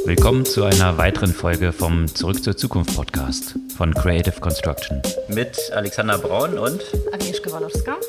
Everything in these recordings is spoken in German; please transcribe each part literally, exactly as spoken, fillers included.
Willkommen zu einer weiteren Folge vom Zurück zur Zukunft Podcast von Creative Construction. Mit Alexander Braun und Agnieszka Walowska.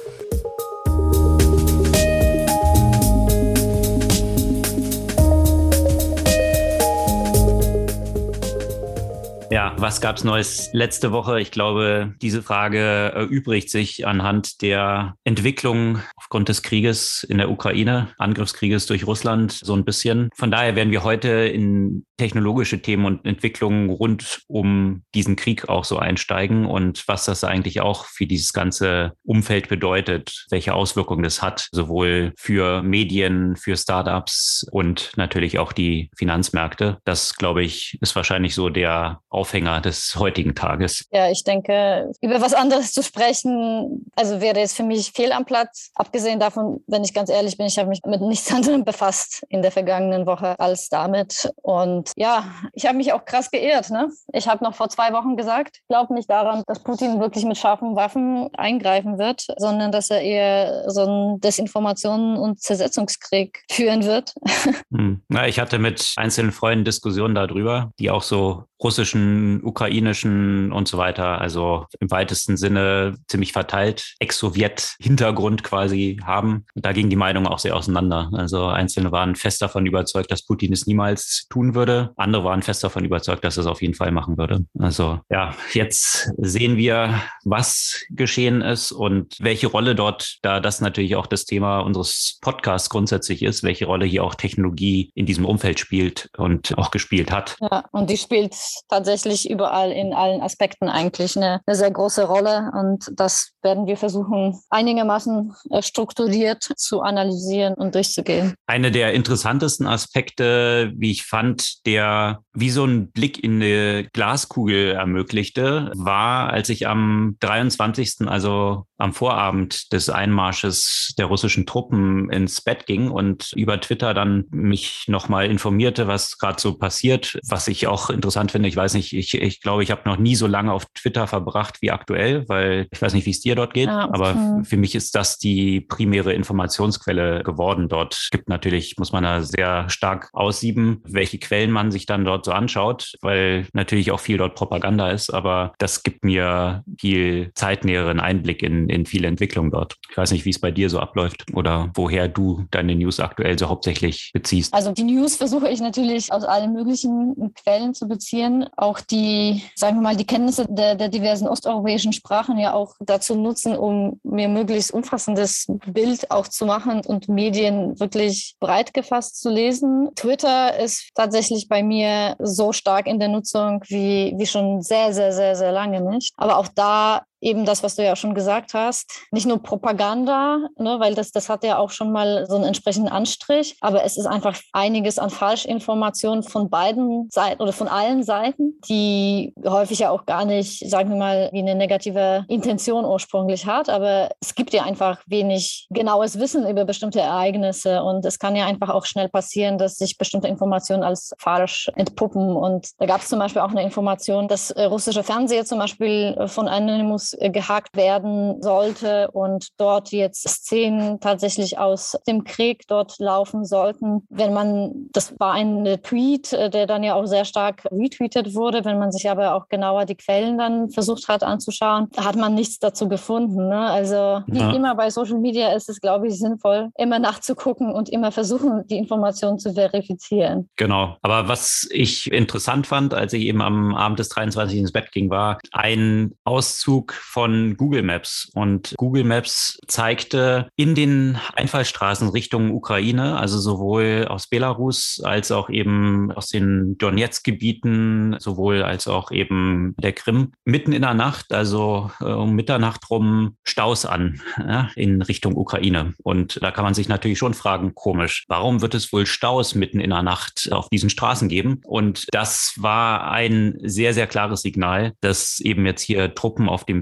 Ja, was gab's Neues letzte Woche? Ich glaube, diese Frage erübrigt sich anhand der Entwicklung aufgrund des Krieges in der Ukraine, Angriffskrieges durch Russland so ein bisschen. Von daher werden wir heute in technologische Themen und Entwicklungen rund um diesen Krieg auch so einsteigen und was das eigentlich auch für dieses ganze Umfeld bedeutet, welche Auswirkungen das hat, sowohl für Medien, für Startups und natürlich auch die Finanzmärkte. Das, glaube ich, ist wahrscheinlich so der Aufhänger des heutigen Tages. Ja, ich denke, über was anderes zu sprechen, also wäre jetzt für mich fehl am Platz. Abgesehen davon, wenn ich ganz ehrlich bin, ich habe mich mit nichts anderem befasst in der vergangenen Woche als damit. Und ja, ich habe mich auch krass geirrt. Ne? Ich habe noch vor zwei Wochen gesagt, ich glaube nicht daran, dass Putin wirklich mit scharfen Waffen eingreifen wird, sondern dass er eher so einen Desinformationen- und Zersetzungskrieg führen wird. Hm. Na, ich hatte mit einzelnen Freunden Diskussionen darüber, die auch so russischen, ukrainischen und so weiter, also im weitesten Sinne ziemlich verteilt, Ex-Sowjet-Hintergrund quasi haben. Da gingen die Meinungen auch sehr auseinander. Also Einzelne waren fest davon überzeugt, dass Putin es niemals tun würde. Andere waren fest davon überzeugt, dass er es auf jeden Fall machen würde. Also ja, jetzt sehen wir, was geschehen ist und welche Rolle dort, da das natürlich auch das Thema unseres Podcasts grundsätzlich ist, welche Rolle hier auch Technologie in diesem Umfeld spielt und auch gespielt hat. Ja, und die spielt tatsächlich überall in allen Aspekten eigentlich eine, eine sehr große Rolle. Und das werden wir versuchen, einigermaßen strukturiert zu analysieren und durchzugehen. Eine der interessantesten Aspekte, wie ich fand, der wie so ein Blick in eine Glaskugel ermöglichte, war, als ich am dreiundzwanzigsten, also am Vorabend des Einmarsches der russischen Truppen ins Bett ging und über Twitter dann mich nochmal informierte, was gerade so passiert, was ich auch interessant finde. Ich weiß nicht, ich, ich glaube, ich habe noch nie so lange auf Twitter verbracht wie aktuell, weil ich weiß nicht, wie es dir dort geht, ja, aber hm. für mich ist das die primäre Informationsquelle geworden dort. Es gibt natürlich, muss man da sehr stark aussieben, welche Quellen man sich dann dort so anschaut, weil natürlich auch viel dort Propaganda ist, aber das gibt mir viel zeitnäheren Einblick in, in viele Entwicklungen dort. Ich weiß nicht, wie es bei dir so abläuft oder woher du deine News aktuell so hauptsächlich beziehst. Also die News versuche ich natürlich aus allen möglichen Quellen zu beziehen. Auch die, sagen wir mal, die Kenntnisse der, der diversen osteuropäischen Sprachen ja auch dazu nutzen, um mir möglichst umfassendes Bild auch zu machen und Medien wirklich breit gefasst zu lesen. Twitter ist tatsächlich bei mir so stark in der Nutzung wie, wie schon sehr, sehr, sehr, sehr lange nicht. Aber auch da eben das, was du ja schon gesagt hast, nicht nur Propaganda, ne, weil das, das hat ja auch schon mal so einen entsprechenden Anstrich, aber es ist einfach einiges an Falschinformationen von beiden Seiten oder von allen Seiten, die häufig ja auch gar nicht, sagen wir mal, wie eine negative Intention ursprünglich hat, aber es gibt ja einfach wenig genaues Wissen über bestimmte Ereignisse und es kann ja einfach auch schnell passieren, dass sich bestimmte Informationen als falsch entpuppen und da gab es zum Beispiel auch eine Information, dass äh, russische Fernseher zum Beispiel von Anonymous gehackt werden sollte und dort jetzt Szenen tatsächlich aus dem Krieg dort laufen sollten. Wenn man, das war ein Tweet, der dann ja auch sehr stark retweetet wurde, wenn man sich aber auch genauer die Quellen dann versucht hat anzuschauen, hat man nichts dazu gefunden. Ne? Also wie ja. immer bei Social Media ist es, glaube ich, sinnvoll, immer nachzugucken und immer versuchen, die Informationen zu verifizieren. Genau. Aber was ich interessant fand, als ich eben am Abend des dreiundzwanzigsten ins Bett ging, war ein Auszug von Google Maps. Und Google Maps zeigte in den Einfallstraßen Richtung Ukraine, also sowohl aus Belarus als auch eben aus den Donetsk-Gebieten, sowohl als auch eben der Krim, mitten in der Nacht, also äh, um Mitternacht rum, Staus an ja, in Richtung Ukraine. Und da kann man sich natürlich schon fragen, komisch, warum wird es wohl Staus mitten in der Nacht auf diesen Straßen geben? Und das war ein sehr, sehr klares Signal, dass eben jetzt hier Truppen auf dem Weg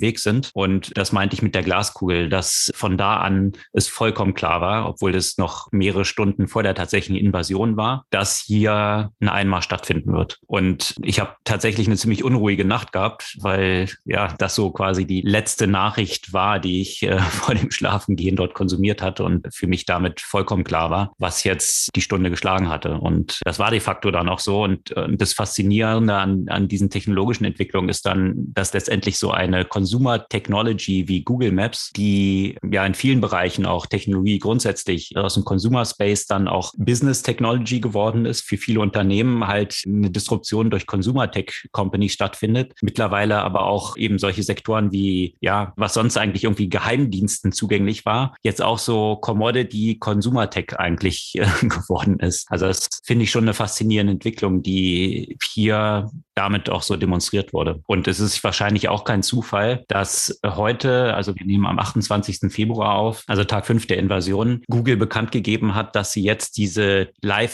unterwegs sind. Und das meinte ich mit der Glaskugel, dass von da an es vollkommen klar war, obwohl es noch mehrere Stunden vor der tatsächlichen Invasion war, dass hier ein Einmarsch stattfinden wird. Und ich habe tatsächlich eine ziemlich unruhige Nacht gehabt, weil ja das so quasi die letzte Nachricht war, die ich äh, vor dem Schlafengehen dort konsumiert hatte und für mich damit vollkommen klar war, was jetzt die Stunde geschlagen hatte. Und das war de facto dann auch so. Und, und das Faszinierende an, an diesen technologischen Entwicklungen ist dann, dass letztendlich so eine Consumer Technology wie Google Maps, die ja in vielen Bereichen auch Technologie grundsätzlich aus dem Consumer Space dann auch Business Technology geworden ist, für viele Unternehmen halt eine Disruption durch Consumer Tech Companies stattfindet. Mittlerweile aber auch eben solche Sektoren wie, ja, was sonst eigentlich irgendwie Geheimdiensten zugänglich war, jetzt auch so Commodity Consumer Tech eigentlich äh, geworden ist. Also das finde ich schon eine faszinierende Entwicklung, die hier damit auch so demonstriert wurde. Und es ist wahrscheinlich auch kein Zufall, dass heute, also wir nehmen am achtundzwanzigsten Februar auf, also Tag fünf der Invasion, Google bekannt gegeben hat, dass sie jetzt diese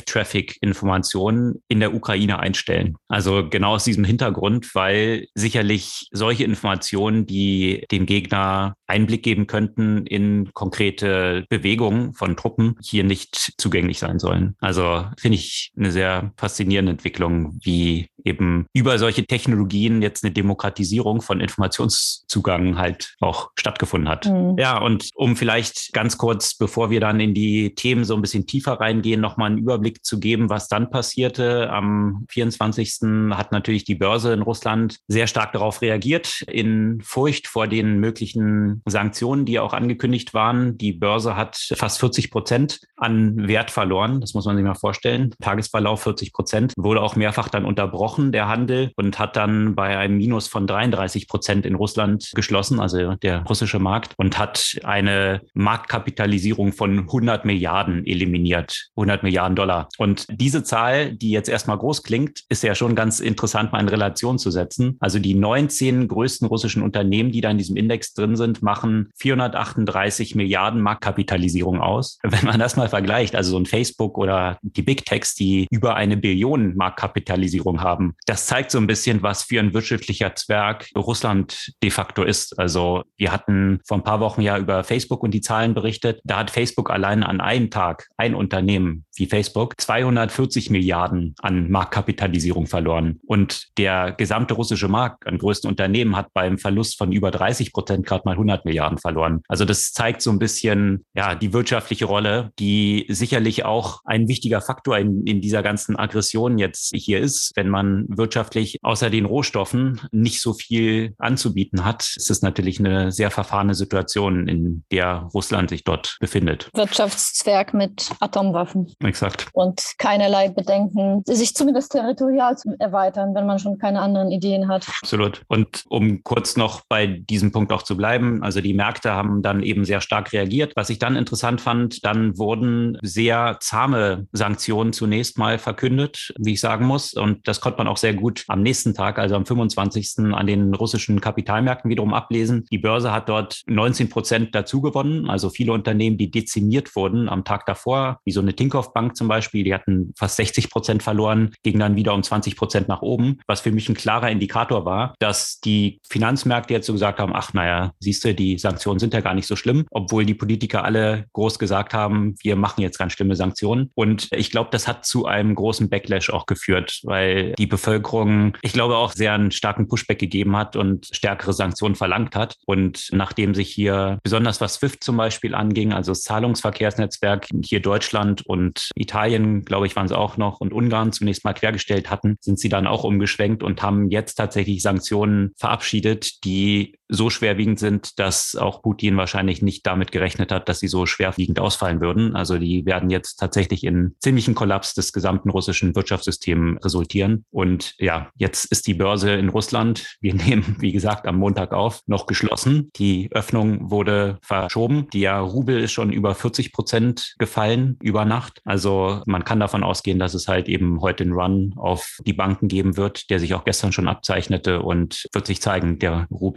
Live-Traffic-Informationen in der Ukraine einstellen. Also genau aus diesem Hintergrund, weil sicherlich solche Informationen, die dem Gegner Einblick geben könnten in konkrete Bewegungen von Truppen, hier nicht zugänglich sein sollen. Also finde ich eine sehr faszinierende Entwicklung, wie eben über solche Technologien jetzt eine Demokratisierung von Informationszugang halt auch stattgefunden hat. Mhm. Ja, und um vielleicht ganz kurz, bevor wir dann in die Themen so ein bisschen tiefer reingehen, nochmal einen Überblick zu geben, was dann passierte. Am vierundzwanzigsten hat natürlich die Börse in Russland sehr stark darauf reagiert, in Furcht vor den möglichen Sanktionen, die auch angekündigt waren. Die Börse hat fast vierzig Prozent an Wert verloren. Das muss man sich mal vorstellen. Tagesverlauf vierzig Prozent. Wurde auch mehrfach dann unterbrochen, der Handel, und hat dann bei einem Minus von dreiunddreißig Prozent in Russland geschlossen, also der russische Markt, und hat eine Marktkapitalisierung von hundert Milliarden eliminiert. hundert Milliarden Dollar. Und diese Zahl, die jetzt erstmal groß klingt, ist ja schon ganz interessant mal in Relation zu setzen. Also die neunzehn größten russischen Unternehmen, die da in diesem Index drin sind, machen vierhundertachtunddreißig Milliarden Marktkapitalisierung aus. Wenn man das mal vergleicht, also so ein Facebook oder die Big Techs, die über eine Billion Marktkapitalisierung haben, das zeigt so ein bisschen, was für ein wirtschaftlicher Zwerg Russland de facto ist. Also wir hatten vor ein paar Wochen ja über Facebook und die Zahlen berichtet. Da hat Facebook allein an einem Tag, ein Unternehmen wie Facebook, zweihundertvierzig Milliarden an Marktkapitalisierung verloren. Und der gesamte russische Markt an größten Unternehmen hat beim Verlust von über dreißig Prozent gerade mal hundert Milliarden verloren. Also das zeigt so ein bisschen, ja, die wirtschaftliche Rolle, die sicherlich auch ein wichtiger Faktor in, in dieser ganzen Aggression jetzt hier ist. Wenn man wirtschaftlich außer den Rohstoffen nicht so viel anzubieten hat, ist es natürlich eine sehr verfahrene Situation, in der Russland sich dort befindet. Wirtschaftszwerg mit Atomwaffen. Exakt. Und keinerlei Bedenken, sich zumindest territorial zu erweitern, wenn man schon keine anderen Ideen hat. Absolut. Und um kurz noch bei diesem Punkt auch zu bleiben, also die Märkte haben dann eben sehr stark reagiert. Was ich dann interessant fand, dann wurden sehr zahme Sanktionen zunächst mal verkündet, wie ich sagen muss. Und das konnte man auch sehr gut am nächsten Tag, also am fünfundzwanzigsten an den russischen Kapitalmärkten wiederum ablesen. Die Börse hat dort neunzehn Prozent dazu gewonnen. Also viele Unternehmen, die dezimiert wurden am Tag davor, wie so eine Tinkoff Bank zum Beispiel, die hatten fast sechzig Prozent verloren, gingen dann wieder um zwanzig Prozent nach oben, was für mich ein klarer Indikator war, dass die Finanzmärkte jetzt so gesagt haben, ach naja, siehst du, die Sanktionen sind ja gar nicht so schlimm, obwohl die Politiker alle groß gesagt haben, wir machen jetzt ganz schlimme Sanktionen. Und ich glaube, das hat zu einem großen Backlash auch geführt, weil die Bevölkerung, ich glaube, auch sehr einen starken Pushback gegeben hat und stärkere Sanktionen verlangt hat. Und nachdem sich hier besonders was SWIFT zum Beispiel anging, also das Zahlungsverkehrsnetzwerk hier Deutschland und Italien, glaube ich, waren es auch noch, und Ungarn zunächst mal quergestellt hatten, sind sie dann auch umgeschwenkt und haben jetzt tatsächlich Sanktionen verabschiedet, die so schwerwiegend sind, dass auch Putin wahrscheinlich nicht damit gerechnet hat, dass sie so schwerwiegend ausfallen würden. Also die werden jetzt tatsächlich in ziemlichen Kollaps des gesamten russischen Wirtschaftssystems resultieren. Und ja, jetzt ist die Börse in Russland, wir nehmen, wie gesagt, am Montag auf, noch geschlossen. Die Öffnung wurde verschoben. Der Rubel ist schon über vierzig Prozent gefallen über Nacht. Also man kann davon ausgehen, dass es halt eben heute einen Run auf die Banken geben wird, der sich auch gestern schon abzeichnete, und wird sich zeigen, der Rubel wird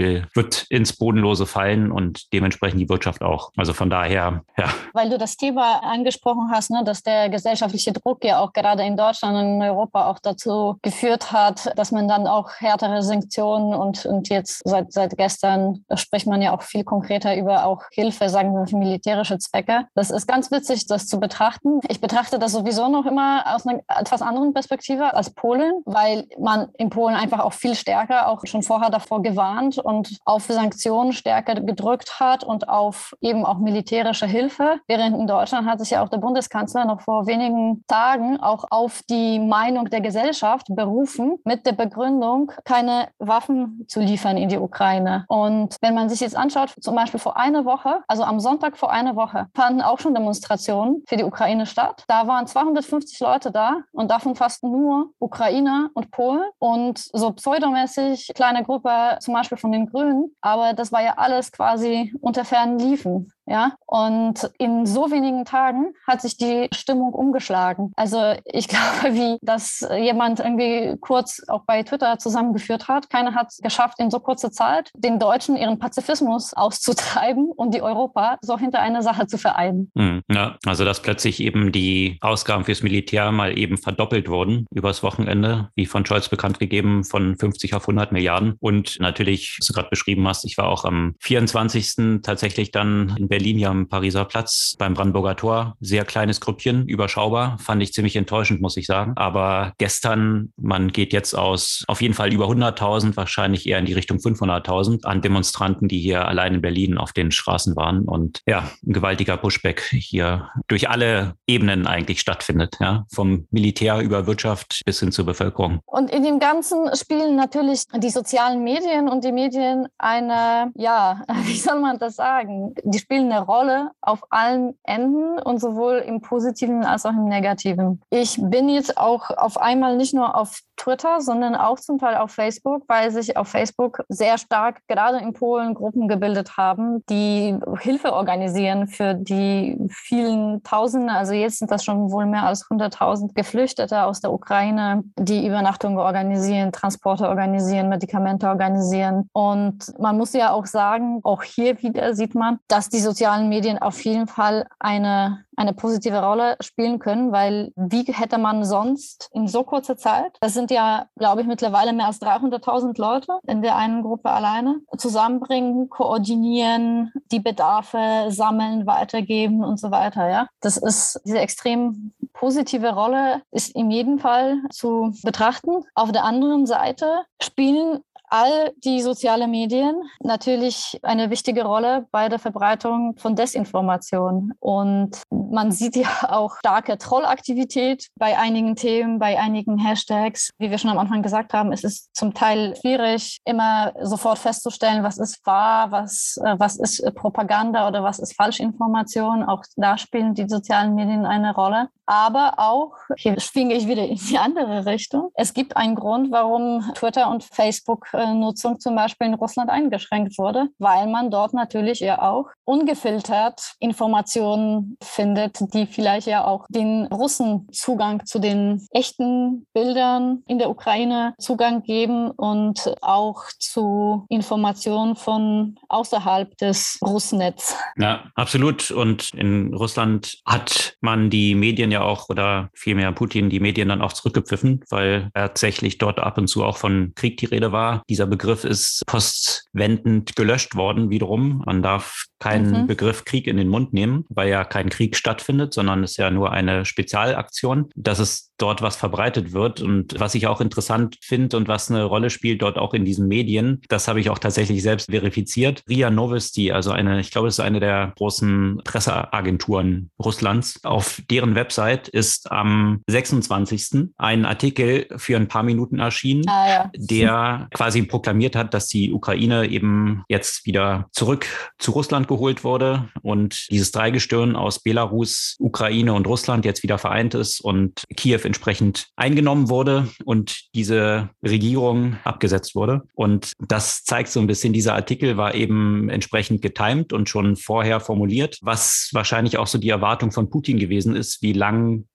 wird ins Bodenlose fallen und dementsprechend die Wirtschaft auch. Also von daher, ja. Weil du das Thema angesprochen hast, ne, dass der gesellschaftliche Druck ja auch gerade in Deutschland und in Europa auch dazu geführt hat, dass man dann auch härtere Sanktionen und, und jetzt seit, seit gestern spricht man ja auch viel konkreter über auch Hilfe, sagen wir, für militärische Zwecke. Das ist ganz witzig, das zu betrachten. Ich betrachte das sowieso noch immer aus einer etwas anderen Perspektive als Polen, weil man in Polen einfach auch viel stärker, auch schon vorher davor gewarnt und auf Sanktionen stärker gedrückt hat und auf eben auch militärische Hilfe. Während in Deutschland hat sich ja auch der Bundeskanzler noch vor wenigen Tagen auch auf die Meinung der Gesellschaft berufen, mit der Begründung, keine Waffen zu liefern in die Ukraine. Und wenn man sich jetzt anschaut, zum Beispiel vor einer Woche, also am Sonntag vor einer Woche, fanden auch schon Demonstrationen für die Ukraine statt. Da waren zweihundertfünfzig Leute da und davon fast nur Ukrainer und Polen und so pseudomäßig kleine Gruppe zum Beispiel von den Grünen. Aber das war ja alles quasi unter fernen Liefen. Ja, und in so wenigen Tagen hat sich die Stimmung umgeschlagen. Also ich glaube, wie das jemand irgendwie kurz auch bei Twitter zusammengeführt hat, keiner hat es geschafft, in so kurzer Zeit den Deutschen ihren Pazifismus auszutreiben und die Europa so hinter einer Sache zu vereinen. Hm, ja, also dass plötzlich eben die Ausgaben fürs Militär mal eben verdoppelt wurden übers Wochenende, wie von Scholz bekannt gegeben, von fünfzig auf hundert Milliarden. Und natürlich, was du gerade beschrieben hast, ich war auch am vierundzwanzigsten tatsächlich dann in Berlin ja am Pariser Platz beim Brandenburger Tor. Sehr kleines Grüppchen, überschaubar. Fand ich ziemlich enttäuschend, muss ich sagen. Aber gestern, man geht jetzt aus auf jeden Fall über hunderttausend, wahrscheinlich eher in die Richtung fünfhunderttausend an Demonstranten, die hier allein in Berlin auf den Straßen waren. Und ja, ein gewaltiger Pushback hier durch alle Ebenen eigentlich stattfindet. Ja, vom Militär über Wirtschaft bis hin zur Bevölkerung. Und in dem Ganzen spielen natürlich die sozialen Medien und die Medien eine, ja, wie soll man das sagen? Die spielen eine Rolle auf allen Enden und sowohl im Positiven als auch im Negativen. Ich bin jetzt auch auf einmal nicht nur auf Twitter, sondern auch zum Teil auf Facebook, weil sich auf Facebook sehr stark gerade in Polen Gruppen gebildet haben, die Hilfe organisieren für die vielen Tausende, also jetzt sind das schon wohl mehr als hunderttausend Geflüchtete aus der Ukraine, die Übernachtungen organisieren, Transporte organisieren, Medikamente organisieren. Und man muss ja auch sagen, auch hier wieder sieht man, dass die sozialen Medien auf jeden Fall eine eine positive Rolle spielen können, weil wie hätte man sonst in so kurzer Zeit, das sind ja, glaube ich, mittlerweile mehr als dreihunderttausend Leute in der einen Gruppe alleine, zusammenbringen, koordinieren, die Bedarfe sammeln, weitergeben und so weiter. Ja, das ist diese extrem positive Rolle ist in jedem Fall zu betrachten. Auf der anderen Seite spielen all die sozialen Medien natürlich eine wichtige Rolle bei der Verbreitung von Desinformation. Und man sieht ja auch starke Trollaktivität bei einigen Themen, bei einigen Hashtags. Wie wir schon am Anfang gesagt haben, es ist zum Teil schwierig, immer sofort festzustellen, was ist wahr, was, was ist Propaganda oder was ist Falschinformation. Auch da spielen die sozialen Medien eine Rolle. Aber auch, hier schwinge ich wieder in die andere Richtung, es gibt einen Grund, warum Twitter und Facebook-Nutzung zum Beispiel in Russland eingeschränkt wurde, weil man dort natürlich ja auch ungefiltert Informationen findet, die vielleicht ja auch den Russen Zugang zu den echten Bildern in der Ukraine Zugang geben und auch zu Informationen von außerhalb des Russnetz. Ja, absolut. Und in Russland hat man die Medien ja auch oder vielmehr Putin die Medien dann auch zurückgepfiffen, weil tatsächlich dort ab und zu auch von Krieg die Rede war. Dieser Begriff ist postwendend gelöscht worden wiederum. Man darf keinen mhm. Begriff Krieg in den Mund nehmen, weil ja kein Krieg stattfindet, sondern es ist ja nur eine Spezialaktion, dass es dort was verbreitet wird. Und was ich auch interessant finde und was eine Rolle spielt dort auch in diesen Medien, das habe ich auch tatsächlich selbst verifiziert. R I A Novosti, also eine, ich glaube, es ist eine der großen Presseagenturen Russlands. Auf deren Website ist am sechsundzwanzigsten ein Artikel für ein paar Minuten erschienen, ah, ja. der quasi proklamiert hat, dass die Ukraine eben jetzt wieder zurück zu Russland geholt wurde und dieses Dreigestirn aus Belarus, Ukraine und Russland jetzt wieder vereint ist und Kiew entsprechend eingenommen wurde und diese Regierung abgesetzt wurde. Und das zeigt so ein bisschen, dieser Artikel war eben entsprechend getimed und schon vorher formuliert, was wahrscheinlich auch so die Erwartung von Putin gewesen ist, wie lang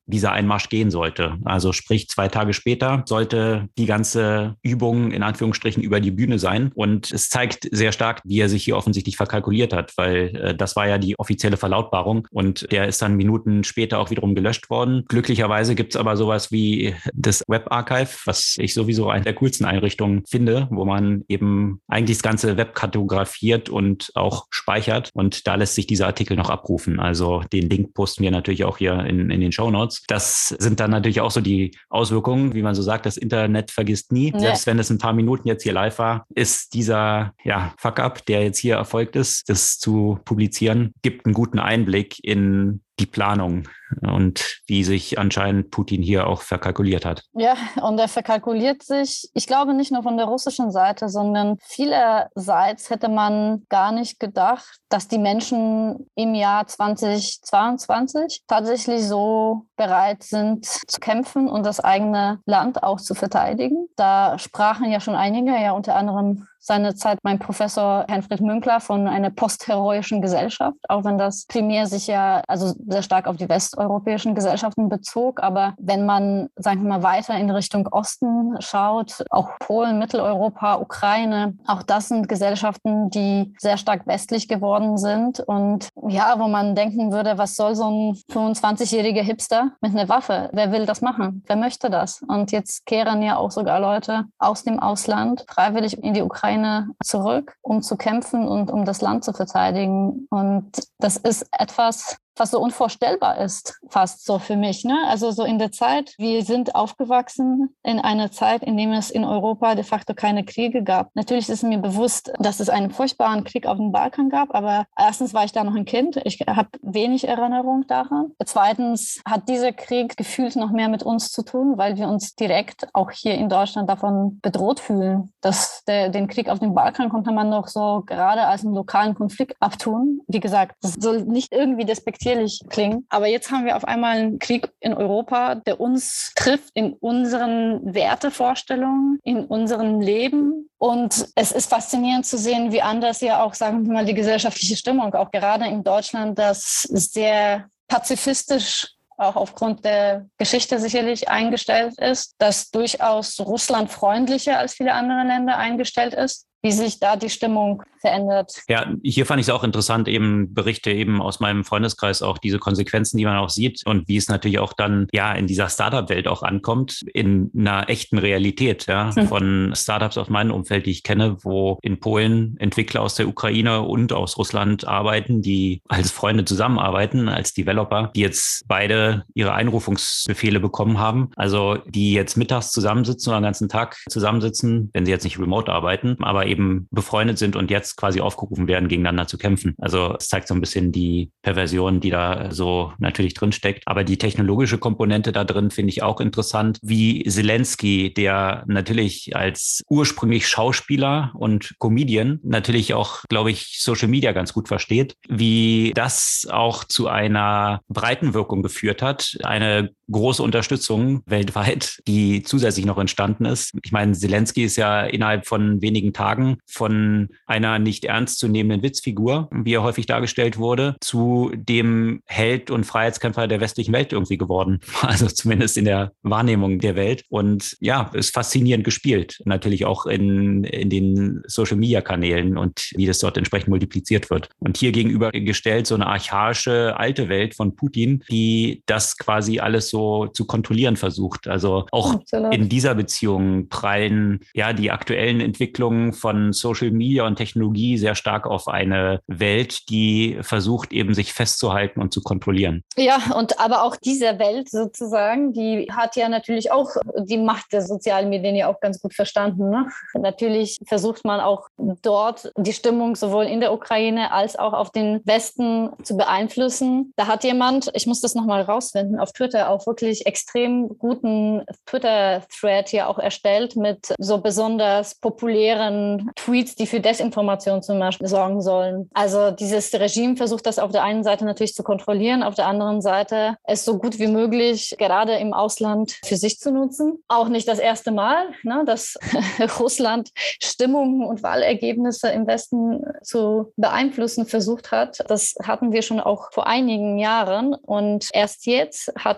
dieser Einmarsch gehen sollte. Also sprich, zwei Tage später sollte die ganze Übung in Anführungsstrichen über die Bühne sein. Und es zeigt sehr stark, wie er sich hier offensichtlich verkalkuliert hat, weil äh, das war ja die offizielle Verlautbarung und der ist dann Minuten später auch wiederum gelöscht worden. Glücklicherweise gibt es aber sowas wie das Web Archive, was ich sowieso eine der coolsten Einrichtungen finde, wo man eben eigentlich das ganze Web kartografiert und auch speichert. Und da lässt sich dieser Artikel noch abrufen. Also den Link posten wir natürlich auch hier in, in den Shownotes. Das sind dann natürlich auch so die Auswirkungen, wie man so sagt, das Internet vergisst nie. Nee. Selbst wenn es ein paar Minuten jetzt hier live war, ist dieser ja, Fuck-up, der jetzt hier erfolgt ist, das zu publizieren, gibt einen guten Einblick in die Planung und wie sich anscheinend Putin hier auch verkalkuliert hat. Ja, und er verkalkuliert sich, ich glaube nicht nur von der russischen Seite, sondern vielerseits hätte man gar nicht gedacht, dass die Menschen im Jahr zweitausendzweiundzwanzig tatsächlich so bereit sind zu kämpfen und das eigene Land auch zu verteidigen. Da sprachen ja schon einige, ja unter anderem seinerzeit mein Professor Herfried Münkler von einer postheroischen Gesellschaft, auch wenn das primär sich ja also sehr stark auf die westeuropäischen Gesellschaften bezog. Aber wenn man, sagen wir mal, weiter in Richtung Osten schaut, auch Polen, Mitteleuropa, Ukraine, auch das sind Gesellschaften, die sehr stark westlich geworden sind. Und ja, wo man denken würde, was soll so ein fünfundzwanzigjähriger Hipster mit einer Waffe? Wer will das machen? Wer möchte das? Und jetzt kehren ja auch sogar Leute aus dem Ausland freiwillig in die Ukraine zurück, um zu kämpfen und um das Land zu verteidigen. Und das ist etwas, was so unvorstellbar ist, fast so für mich. Ne? Also so in der Zeit, wir sind aufgewachsen in einer Zeit, in der es in Europa de facto keine Kriege gab. Natürlich ist mir bewusst, dass es einen furchtbaren Krieg auf dem Balkan gab, aber erstens war ich da noch ein Kind. Ich habe wenig Erinnerung daran. Zweitens hat dieser Krieg gefühlt noch mehr mit uns zu tun, weil wir uns direkt auch hier in Deutschland davon bedroht fühlen. Dass der, den Krieg auf dem Balkan konnte man noch so gerade als einen lokalen Konflikt abtun. Wie gesagt, das soll nicht irgendwie despektieren klingen. Aber jetzt haben wir auf einmal einen Krieg in Europa, der uns trifft in unseren Wertevorstellungen, in unserem Leben. Und es ist faszinierend zu sehen, wie anders ja auch, sagen wir mal, die gesellschaftliche Stimmung, auch gerade in Deutschland, das sehr pazifistisch auch aufgrund der Geschichte sicherlich eingestellt ist, das durchaus russlandfreundlicher als viele andere Länder eingestellt ist. Wie sich da die Stimmung verändert. Ja, hier fand ich es auch interessant, eben Berichte eben aus meinem Freundeskreis, auch diese Konsequenzen, die man auch sieht und wie es natürlich auch dann ja in dieser Startup-Welt auch ankommt, in einer echten Realität, ja, hm. von Startups aus meinem Umfeld, die ich kenne, wo in Polen Entwickler aus der Ukraine und aus Russland arbeiten, die als Freunde zusammenarbeiten, als Developer, die jetzt beide ihre Einrufungsbefehle bekommen haben, also die jetzt mittags zusammensitzen oder den ganzen Tag zusammensitzen, wenn sie jetzt nicht remote arbeiten, aber eben befreundet sind und jetzt quasi aufgerufen werden, gegeneinander zu kämpfen. Also es zeigt so ein bisschen die Perversion, die da so natürlich drinsteckt. Aber die technologische Komponente da drin finde ich auch interessant, wie Zelensky, der natürlich als ursprünglich Schauspieler und Comedian natürlich auch, glaube ich, Social Media ganz gut versteht, wie das auch zu einer Breitenwirkung geführt hat. Eine große Unterstützung weltweit, die zusätzlich noch entstanden ist. Ich meine, Zelensky ist ja innerhalb von wenigen Tagen von einer nicht ernstzunehmenden Witzfigur, wie er häufig dargestellt wurde, zu dem Held und Freiheitskämpfer der westlichen Welt irgendwie geworden. Also zumindest in der Wahrnehmung der Welt. Und ja, ist faszinierend gespielt. Natürlich auch in, in den Social-Media-Kanälen und wie das dort entsprechend multipliziert wird. Und hier gegenübergestellt so eine archaische alte Welt von Putin, die das quasi alles so zu kontrollieren versucht. Also auch Absolut. In dieser Beziehung prallen ja die aktuellen Entwicklungen von Social Media und Technologie sehr stark auf eine Welt, die versucht eben sich festzuhalten und zu kontrollieren. Ja, und aber auch diese Welt sozusagen, die hat ja natürlich auch die Macht der sozialen Medien ja auch ganz gut verstanden. Ne? Natürlich versucht man auch dort die Stimmung sowohl in der Ukraine als auch auf den Westen zu beeinflussen. Da hat jemand, ich muss das nochmal rausfinden, auf Twitter auch wirklich extrem guten Twitter-Thread hier auch erstellt mit so besonders populären Tweets, die für Desinformation zum Beispiel sorgen sollen. Also dieses Regime versucht das auf der einen Seite natürlich zu kontrollieren, auf der anderen Seite es so gut wie möglich gerade im Ausland für sich zu nutzen. Auch nicht das erste Mal, ne, dass Russland Stimmungen und Wahlergebnisse im Westen zu beeinflussen versucht hat. Das hatten wir schon auch vor einigen Jahren und erst jetzt hat es äh,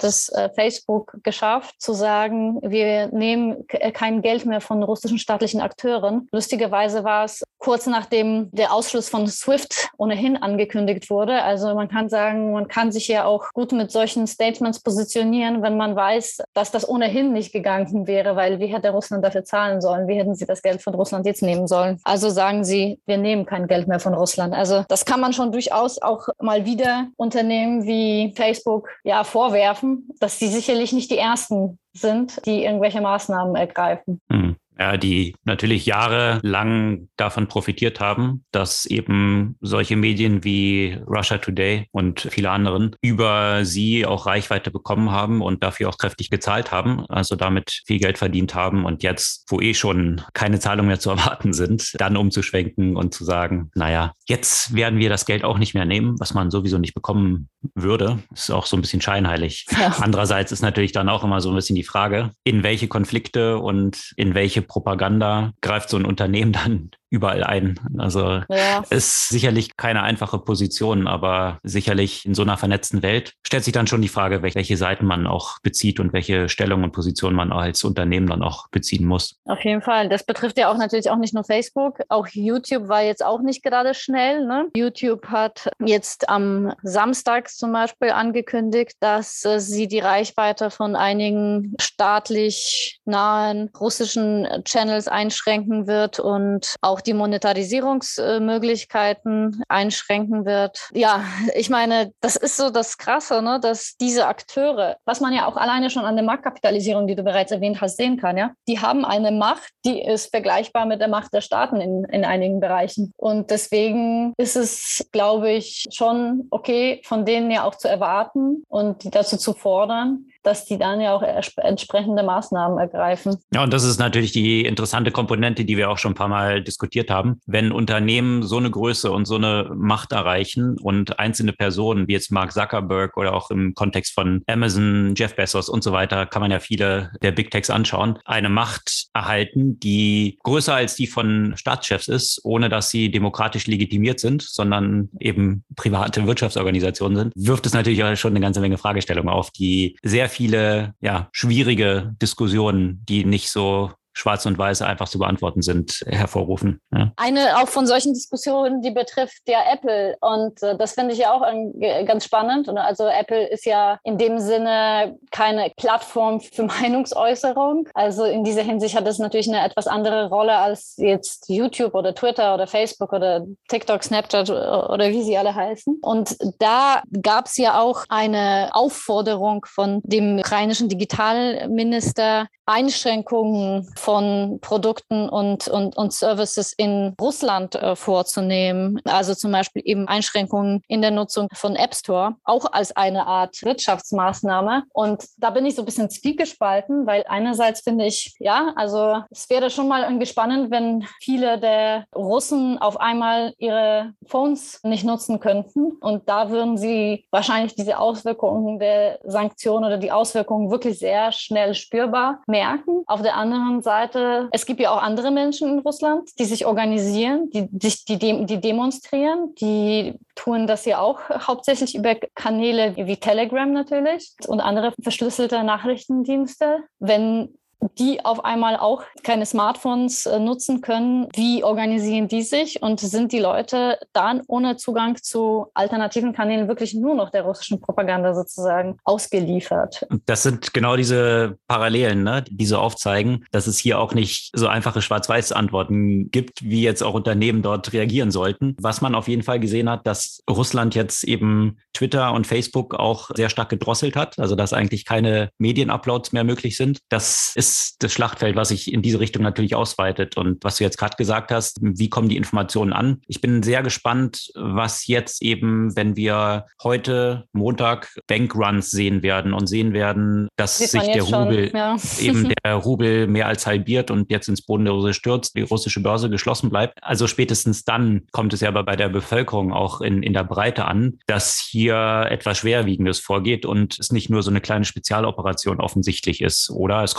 Facebook geschafft, zu sagen, wir nehmen kein Geld mehr von russischen staatlichen Akteuren. Lustigerweise war es kurz nachdem der Ausschluss von SWIFT ohnehin angekündigt wurde. Also man kann sagen, man kann sich ja auch gut mit solchen Statements positionieren, wenn man weiß, dass das ohnehin nicht gegangen wäre, weil wie hätte Russland dafür zahlen sollen? Wie hätten sie das Geld von Russland jetzt nehmen sollen? Also sagen sie, wir nehmen kein Geld mehr von Russland. Also das kann man schon durchaus auch mal wieder Unternehmen wie Facebook ja vorwerfen, dass sie sicherlich nicht die ersten sind, die irgendwelche Maßnahmen ergreifen. Hm. Ja, die natürlich jahrelang davon profitiert haben, dass eben solche Medien wie Russia Today und viele anderen über sie auch Reichweite bekommen haben und dafür auch kräftig gezahlt haben, also damit viel Geld verdient haben und jetzt, wo eh schon keine Zahlungen mehr zu erwarten sind, dann umzuschwenken und zu sagen, naja, jetzt werden wir das Geld auch nicht mehr nehmen, was man sowieso nicht bekommen würde, ist auch so ein bisschen scheinheilig. Ja. Andererseits ist natürlich dann auch immer so ein bisschen die Frage, in welche Konflikte und in welche Propaganda greift so ein Unternehmen dann überall ein. Also ja. Ist sicherlich keine einfache Position, aber sicherlich in so einer vernetzten Welt stellt sich dann schon die Frage, welche Seiten man auch bezieht und welche Stellung und Position man als Unternehmen dann auch beziehen muss. Auf jeden Fall. Das betrifft ja auch natürlich auch nicht nur Facebook. Auch YouTube war jetzt auch nicht gerade schnell. Ne? YouTube hat jetzt am Samstag zum Beispiel angekündigt, dass äh, sie die Reichweite von einigen staatlich nahen russischen Channels einschränken wird und auch die Monetarisierungsmöglichkeiten einschränken wird. Ja, ich meine, das ist so das Krasse, ne, dass diese Akteure, was man ja auch alleine schon an der Marktkapitalisierung, die du bereits erwähnt hast, sehen kann, ja, die haben eine Macht, die ist vergleichbar mit der Macht der Staaten in, in einigen Bereichen. Und deswegen ist es, glaube ich, schon okay, von denen ja auch zu erwarten und die dazu zu fordern, dass die dann ja auch entsprechende Maßnahmen ergreifen. Ja, und das ist natürlich die interessante Komponente, die wir auch schon ein paar Mal diskutiert haben. Wenn Unternehmen so eine Größe und so eine Macht erreichen und einzelne Personen, wie jetzt Mark Zuckerberg oder auch im Kontext von Amazon, Jeff Bezos und so weiter, kann man ja viele der Big Techs anschauen, eine Macht erhalten, die größer als die von Staatschefs ist, ohne dass sie demokratisch legitimiert sind, sondern eben private Wirtschaftsorganisationen sind, wirft es natürlich auch schon eine ganze Menge Fragestellungen auf, die sehr viele, ja, schwierige Diskussionen, die nicht so schwarz und weiß einfach zu beantworten sind, hervorrufen. Ja. Eine auch von solchen Diskussionen, die betrifft ja Apple und äh, das finde ich ja auch ein, ganz spannend. Also Apple ist ja in dem Sinne keine Plattform für Meinungsäußerung. Also in dieser Hinsicht hat es natürlich eine etwas andere Rolle als jetzt YouTube oder Twitter oder Facebook oder TikTok, Snapchat oder wie sie alle heißen. Und da gab es ja auch eine Aufforderung von dem ukrainischen Digitalminister, Einschränkungen von Produkten und, und, und Services in Russland äh, vorzunehmen. Also zum Beispiel eben Einschränkungen in der Nutzung von App Store, auch als eine Art Wirtschaftsmaßnahme. Und da bin ich so ein bisschen zwiegespalten, weil einerseits finde ich, ja, also es wäre schon mal irgendwie spannend, wenn viele der Russen auf einmal ihre Phones nicht nutzen könnten. Und da würden sie wahrscheinlich diese Auswirkungen der Sanktionen oder die Auswirkungen wirklich sehr schnell spürbar merken. Auf der anderen Seite, es gibt ja auch andere Menschen in Russland, die sich organisieren, die, die, die, die demonstrieren, die tun das ja auch hauptsächlich über Kanäle wie Telegram natürlich und andere verschlüsselte Nachrichtendienste. Wenn die auf einmal auch keine Smartphones äh, nutzen können, wie organisieren die sich und sind die Leute dann ohne Zugang zu alternativen Kanälen wirklich nur noch der russischen Propaganda sozusagen ausgeliefert? Das sind genau diese Parallelen, ne, die so aufzeigen, dass es hier auch nicht so einfache Schwarz-Weiß-Antworten gibt, wie jetzt auch Unternehmen dort reagieren sollten. Was man auf jeden Fall gesehen hat, dass Russland jetzt eben Twitter und Facebook auch sehr stark gedrosselt hat, also dass eigentlich keine Medienuploads mehr möglich sind. Das ist das Schlachtfeld, was sich in diese Richtung natürlich ausweitet. Und was du jetzt gerade gesagt hast, wie kommen die Informationen an? Ich bin sehr gespannt, was jetzt eben, wenn wir heute Montag Bankruns sehen werden und sehen werden, dass sich der Rubel, schon, ja. eben der Rubel mehr als halbiert und jetzt ins Bodenlose stürzt, die russische Börse geschlossen bleibt. Also spätestens dann kommt es ja aber bei der Bevölkerung auch in, in der Breite an, dass hier etwas Schwerwiegendes vorgeht und es nicht nur so eine kleine Spezialoperation offensichtlich ist. Oder es kommt halt an,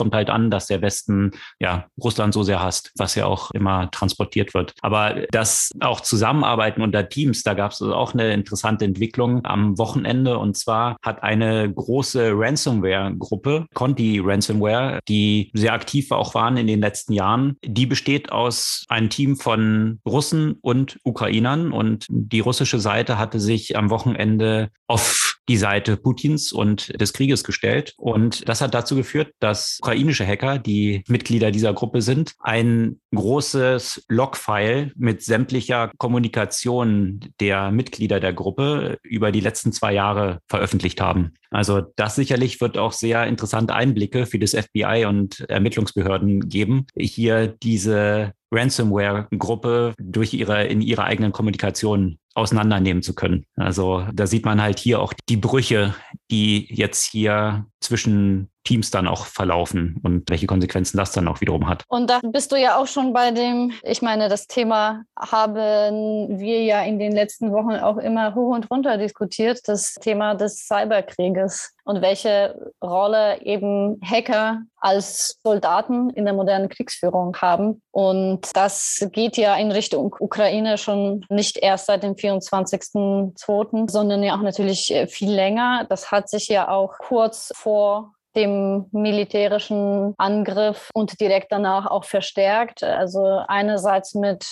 an, dass der Westen ja Russland so sehr hasst, was ja auch immer transportiert wird. Aber das auch Zusammenarbeiten unter Teams, da gab es auch eine interessante Entwicklung am Wochenende. Und zwar hat eine große Ransomware-Gruppe, Conti Ransomware, die sehr aktiv auch waren in den letzten Jahren, die besteht aus einem Team von Russen und Ukrainern. Und die russische Seite hatte sich am Wochenende auf die Seite Putins und des Krieges gestellt. Und das hat dazu geführt, dass ukrainische Hacker, die Mitglieder dieser Gruppe sind, ein großes Logfile mit sämtlicher Kommunikation der Mitglieder der Gruppe über die letzten zwei Jahre veröffentlicht haben. Also das sicherlich wird auch sehr interessante Einblicke für das F B I und Ermittlungsbehörden geben, hier diese Ransomware-Gruppe durch ihre, in ihrer eigenen Kommunikation auseinandernehmen zu können. Also da sieht man halt hier auch die Brüche, die jetzt hier zwischen Teams dann auch verlaufen und welche Konsequenzen das dann auch wiederum hat. Und da bist du ja auch schon bei dem, ich meine, das Thema haben wir ja in den letzten Wochen auch immer hoch und runter diskutiert, das Thema des Cyberkrieges und welche Rolle eben Hacker als Soldaten in der modernen Kriegsführung haben. Und das geht ja in Richtung Ukraine schon nicht erst seit dem vierundzwanzigsten zweiten, sondern ja auch natürlich viel länger. Das hat sich ja auch kurz vor dem militärischen Angriff und direkt danach auch verstärkt. Also einerseits mit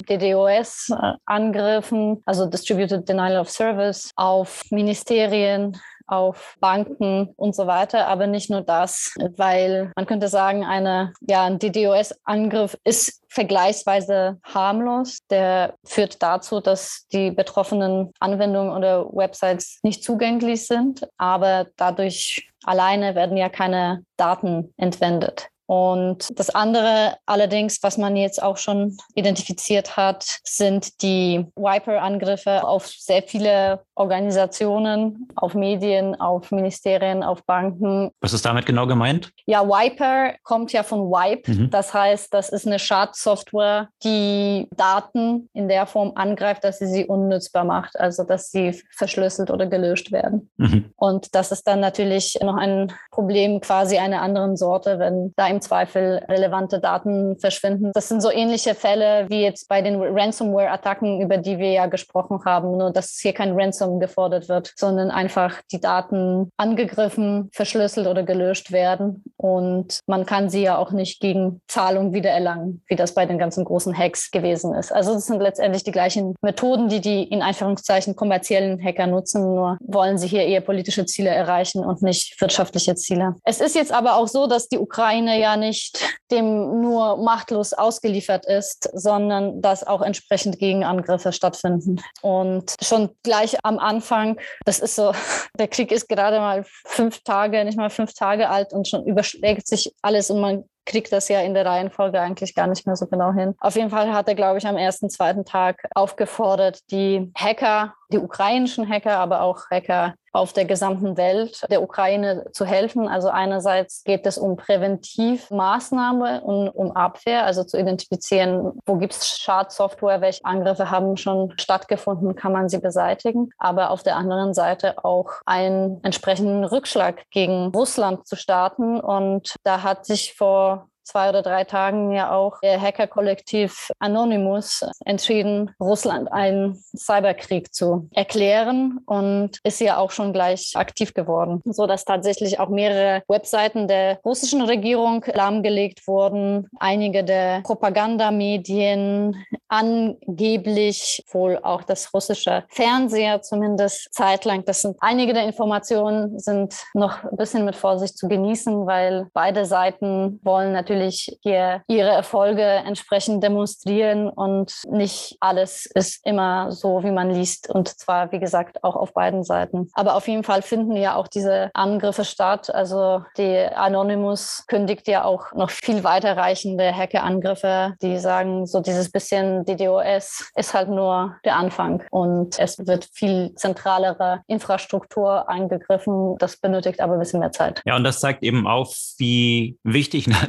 DDoS-Angriffen, also Distributed Denial of Service, auf Ministerien, auf Banken und so weiter. Aber nicht nur das, weil man könnte sagen, eine, ja, ein DDoS-Angriff ist vergleichsweise harmlos. Der führt dazu, dass die betroffenen Anwendungen oder Websites nicht zugänglich sind. Aber dadurch alleine werden ja keine Daten entwendet. Und das andere allerdings, was man jetzt auch schon identifiziert hat, sind die Wiper-Angriffe auf sehr viele Organisationen, auf Medien, auf Ministerien, auf Banken. Was ist damit genau gemeint? Ja, Wiper kommt ja von Wipe. Mhm. Das heißt, das ist eine Schadsoftware, die Daten in der Form angreift, dass sie sie unnutzbar macht, also dass sie verschlüsselt oder gelöscht werden. Mhm. Und das ist dann natürlich noch ein Problem quasi einer anderen Sorte, wenn da im Zweifel relevante Daten verschwinden. Das sind so ähnliche Fälle wie jetzt bei den Ransomware-Attacken, über die wir ja gesprochen haben, nur dass hier kein Ransom gefordert wird, sondern einfach die Daten angegriffen, verschlüsselt oder gelöscht werden. Und man kann sie ja auch nicht gegen Zahlung wiedererlangen, wie das bei den ganzen großen Hacks gewesen ist. Also das sind letztendlich die gleichen Methoden, die die in Anführungszeichen kommerziellen Hacker nutzen, nur wollen sie hier eher politische Ziele erreichen und nicht wirtschaftliche Ziele. Es ist jetzt aber auch so, dass die Ukraine ja nicht dem nur machtlos ausgeliefert ist, sondern dass auch entsprechend Gegenangriffe stattfinden. Und schon gleich am Anfang, das ist so, der Krieg ist gerade mal fünf Tage, nicht mal fünf Tage alt und schon überschlägt sich alles und man kriegt das ja in der Reihenfolge eigentlich gar nicht mehr so genau hin. Auf jeden Fall hat er, glaube ich, am ersten, zweiten Tag aufgefordert, die Hacker, die ukrainischen Hacker, aber auch Hacker auf der gesamten Welt der Ukraine zu helfen. Also einerseits geht es um Präventivmaßnahme und um Abwehr, also zu identifizieren, wo gibt es Schadsoftware, welche Angriffe haben schon stattgefunden, kann man sie beseitigen. Aber auf der anderen Seite auch einen entsprechenden Rückschlag gegen Russland zu starten. Und da hat sich vor zwei oder drei Tagen ja auch der Hacker-Kollektiv Anonymous entschieden, Russland einen Cyberkrieg zu erklären und ist ja auch schon gleich aktiv geworden, sodass tatsächlich auch mehrere Webseiten der russischen Regierung lahmgelegt wurden. Einige der Propagandamedien, angeblich wohl auch das russische Fernseher zumindest zeitlang. Das sind einige der Informationen, sind noch ein bisschen mit Vorsicht zu genießen, weil beide Seiten wollen natürlich hier ihre Erfolge entsprechend demonstrieren und nicht alles ist immer so, wie man liest und zwar, wie gesagt, auch auf beiden Seiten. Aber auf jeden Fall finden ja auch diese Angriffe statt. Also die Anonymous kündigt ja auch noch viel weiterreichende Hackerangriffe, die sagen, so dieses bisschen DDoS ist halt nur der Anfang und es wird viel zentralere Infrastruktur angegriffen. Das benötigt aber ein bisschen mehr Zeit. Ja, und das zeigt eben auf, wie wichtig natürlich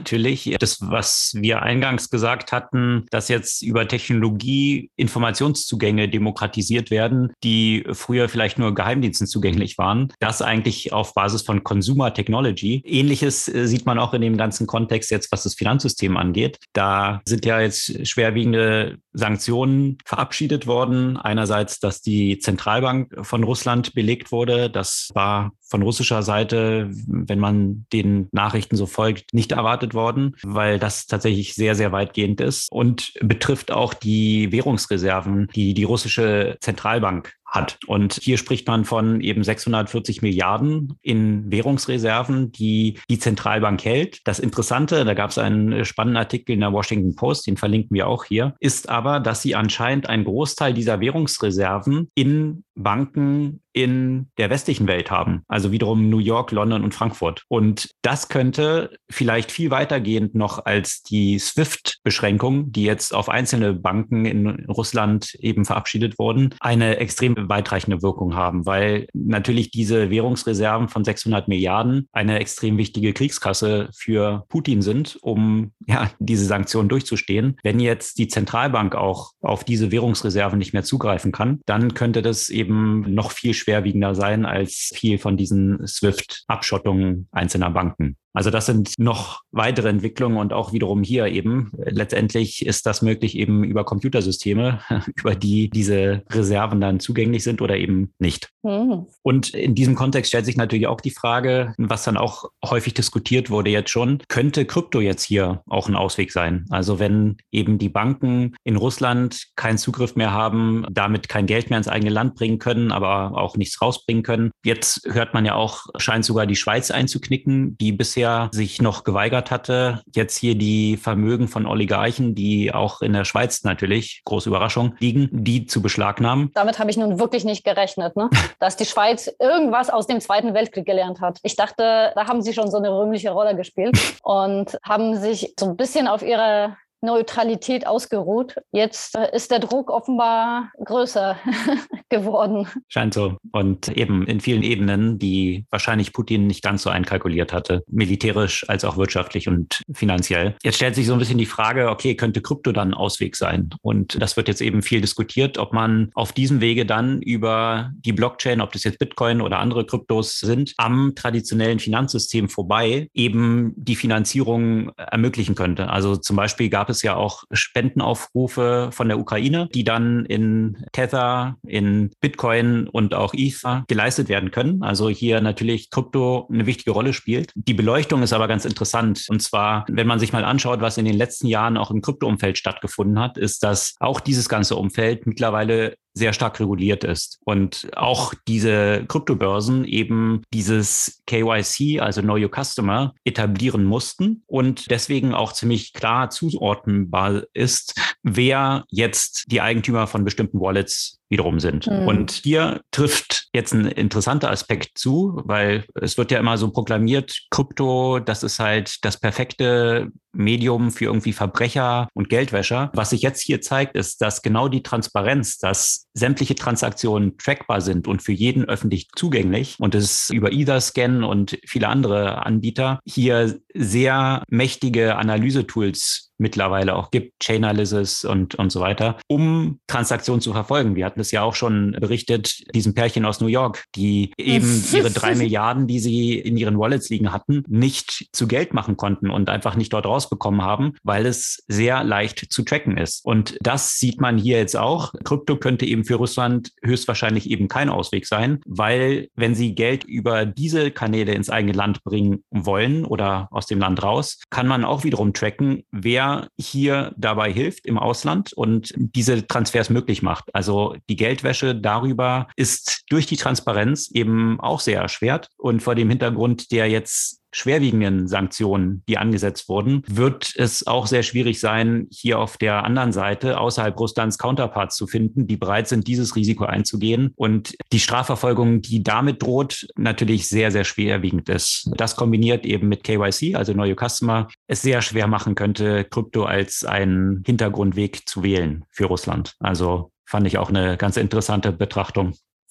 natürlich das, was wir eingangs gesagt hatten, dass jetzt über Technologie Informationszugänge demokratisiert werden, die früher vielleicht nur Geheimdiensten zugänglich waren. Das eigentlich auf Basis von Consumer Technology. Ähnliches sieht man auch in dem ganzen Kontext jetzt, was das Finanzsystem angeht. Da sind ja jetzt schwerwiegende Sanktionen verabschiedet worden. Einerseits, dass die Zentralbank von Russland belegt wurde. Das war von russischer Seite, wenn man den Nachrichten so folgt, nicht erwartet worden, weil das tatsächlich sehr, sehr weitgehend ist und betrifft auch die Währungsreserven, die die russische Zentralbank hat. Und hier spricht man von eben sechshundertvierzig Milliarden in Währungsreserven, die die Zentralbank hält. Das Interessante, da gab es einen spannenden Artikel in der Washington Post, den verlinken wir auch hier, ist aber, dass sie anscheinend einen Großteil dieser Währungsreserven in Banken in der westlichen Welt haben. Also wiederum New York, London und Frankfurt. Und das könnte vielleicht viel weitergehend noch als die SWIFT-Beschränkung, die jetzt auf einzelne Banken in Russland eben verabschiedet wurden, eine extrem weitreichende Wirkung haben, weil natürlich diese Währungsreserven von sechshundert Milliarden eine extrem wichtige Kriegskasse für Putin sind, um ja diese Sanktionen durchzustehen. Wenn jetzt die Zentralbank auch auf diese Währungsreserven nicht mehr zugreifen kann, dann könnte das eben noch viel schwerwiegender sein als viel von diesen SWIFT-Abschottungen einzelner Banken. Also das sind noch weitere Entwicklungen und auch wiederum hier eben. Letztendlich ist das möglich eben über Computersysteme, über die diese Reserven dann zugänglich sind oder eben nicht. Mhm. Und in diesem Kontext stellt sich natürlich auch die Frage, was dann auch häufig diskutiert wurde jetzt schon, könnte Krypto jetzt hier auch ein Ausweg sein? Also wenn eben die Banken in Russland keinen Zugriff mehr haben, damit kein Geld mehr ins eigene Land bringen können, aber auch nichts rausbringen können. Jetzt hört man ja auch, scheint sogar die Schweiz einzuknicken, die bisher sich noch geweigert hatte, jetzt hier die Vermögen von Oligarchen, die auch in der Schweiz natürlich, große Überraschung, liegen, die zu beschlagnahmen. Damit habe ich nun wirklich nicht gerechnet, ne? Dass die Schweiz irgendwas aus dem Zweiten Weltkrieg gelernt hat. Ich dachte, da haben sie schon so eine rühmliche Rolle gespielt und haben sich so ein bisschen auf ihre Neutralität ausgeruht. Jetzt ist der Druck offenbar größer geworden. Scheint so. Und eben in vielen Ebenen, die wahrscheinlich Putin nicht ganz so einkalkuliert hatte, militärisch als auch wirtschaftlich und finanziell. Jetzt stellt sich so ein bisschen die Frage, okay, könnte Krypto dann ein Ausweg sein? Und das wird jetzt eben viel diskutiert, ob man auf diesem Wege dann über die Blockchain, ob das jetzt Bitcoin oder andere Kryptos sind, am traditionellen Finanzsystem vorbei eben die Finanzierung ermöglichen könnte. Also zum Beispiel gab es es ja auch Spendenaufrufe von der Ukraine, die dann in Tether, in Bitcoin und auch Ether geleistet werden können. Also hier natürlich Krypto eine wichtige Rolle spielt. Die Beleuchtung ist aber ganz interessant. Und zwar, wenn man sich mal anschaut, was in den letzten Jahren auch im Kryptoumfeld stattgefunden hat, ist, dass auch dieses ganze Umfeld mittlerweile sehr stark reguliert ist und auch diese Kryptobörsen eben dieses K Y C, also Know Your Customer, etablieren mussten und deswegen auch ziemlich klar zuordnenbar ist, wer jetzt die Eigentümer von bestimmten Wallets wiederum sind. Mhm. Und hier trifft jetzt ein interessanter Aspekt zu, weil es wird ja immer so proklamiert, Krypto, das ist halt das perfekte Medium für irgendwie Verbrecher und Geldwäscher. Was sich jetzt hier zeigt, ist, dass genau die Transparenz, dass sämtliche Transaktionen trackbar sind und für jeden öffentlich zugänglich und es über Etherscan und viele andere Anbieter hier sehr mächtige Analysetools mittlerweile auch gibt, Chainalysis und, und so weiter, um Transaktionen zu verfolgen. Wir hatten es ja auch schon berichtet, diesem Pärchen aus New York, die eben ihre drei Milliarden, die sie in ihren Wallets liegen hatten, nicht zu Geld machen konnten und einfach nicht dort rausbekommen haben, weil es sehr leicht zu tracken ist. Und das sieht man hier jetzt auch. Krypto könnte eben für Russland höchstwahrscheinlich eben kein Ausweg sein, weil wenn sie Geld über diese Kanäle ins eigene Land bringen wollen oder aus dem Land raus, kann man auch wiederum tracken, wer hier dabei hilft im Ausland und diese Transfers möglich macht. Also die Geldwäsche darüber ist durch die Transparenz eben auch sehr erschwert. Und vor dem Hintergrund der jetzt schwerwiegenden Sanktionen, die angesetzt wurden, wird es auch sehr schwierig sein, hier auf der anderen Seite außerhalb Russlands Counterparts zu finden, die bereit sind, dieses Risiko einzugehen. Und die Strafverfolgung, die damit droht, natürlich sehr, sehr schwerwiegend ist. Das kombiniert eben mit K Y C, also Know Your Customer, es sehr schwer machen könnte, Krypto als einen Hintergrundweg zu wählen für Russland. Also fand ich auch eine ganz interessante Betrachtung.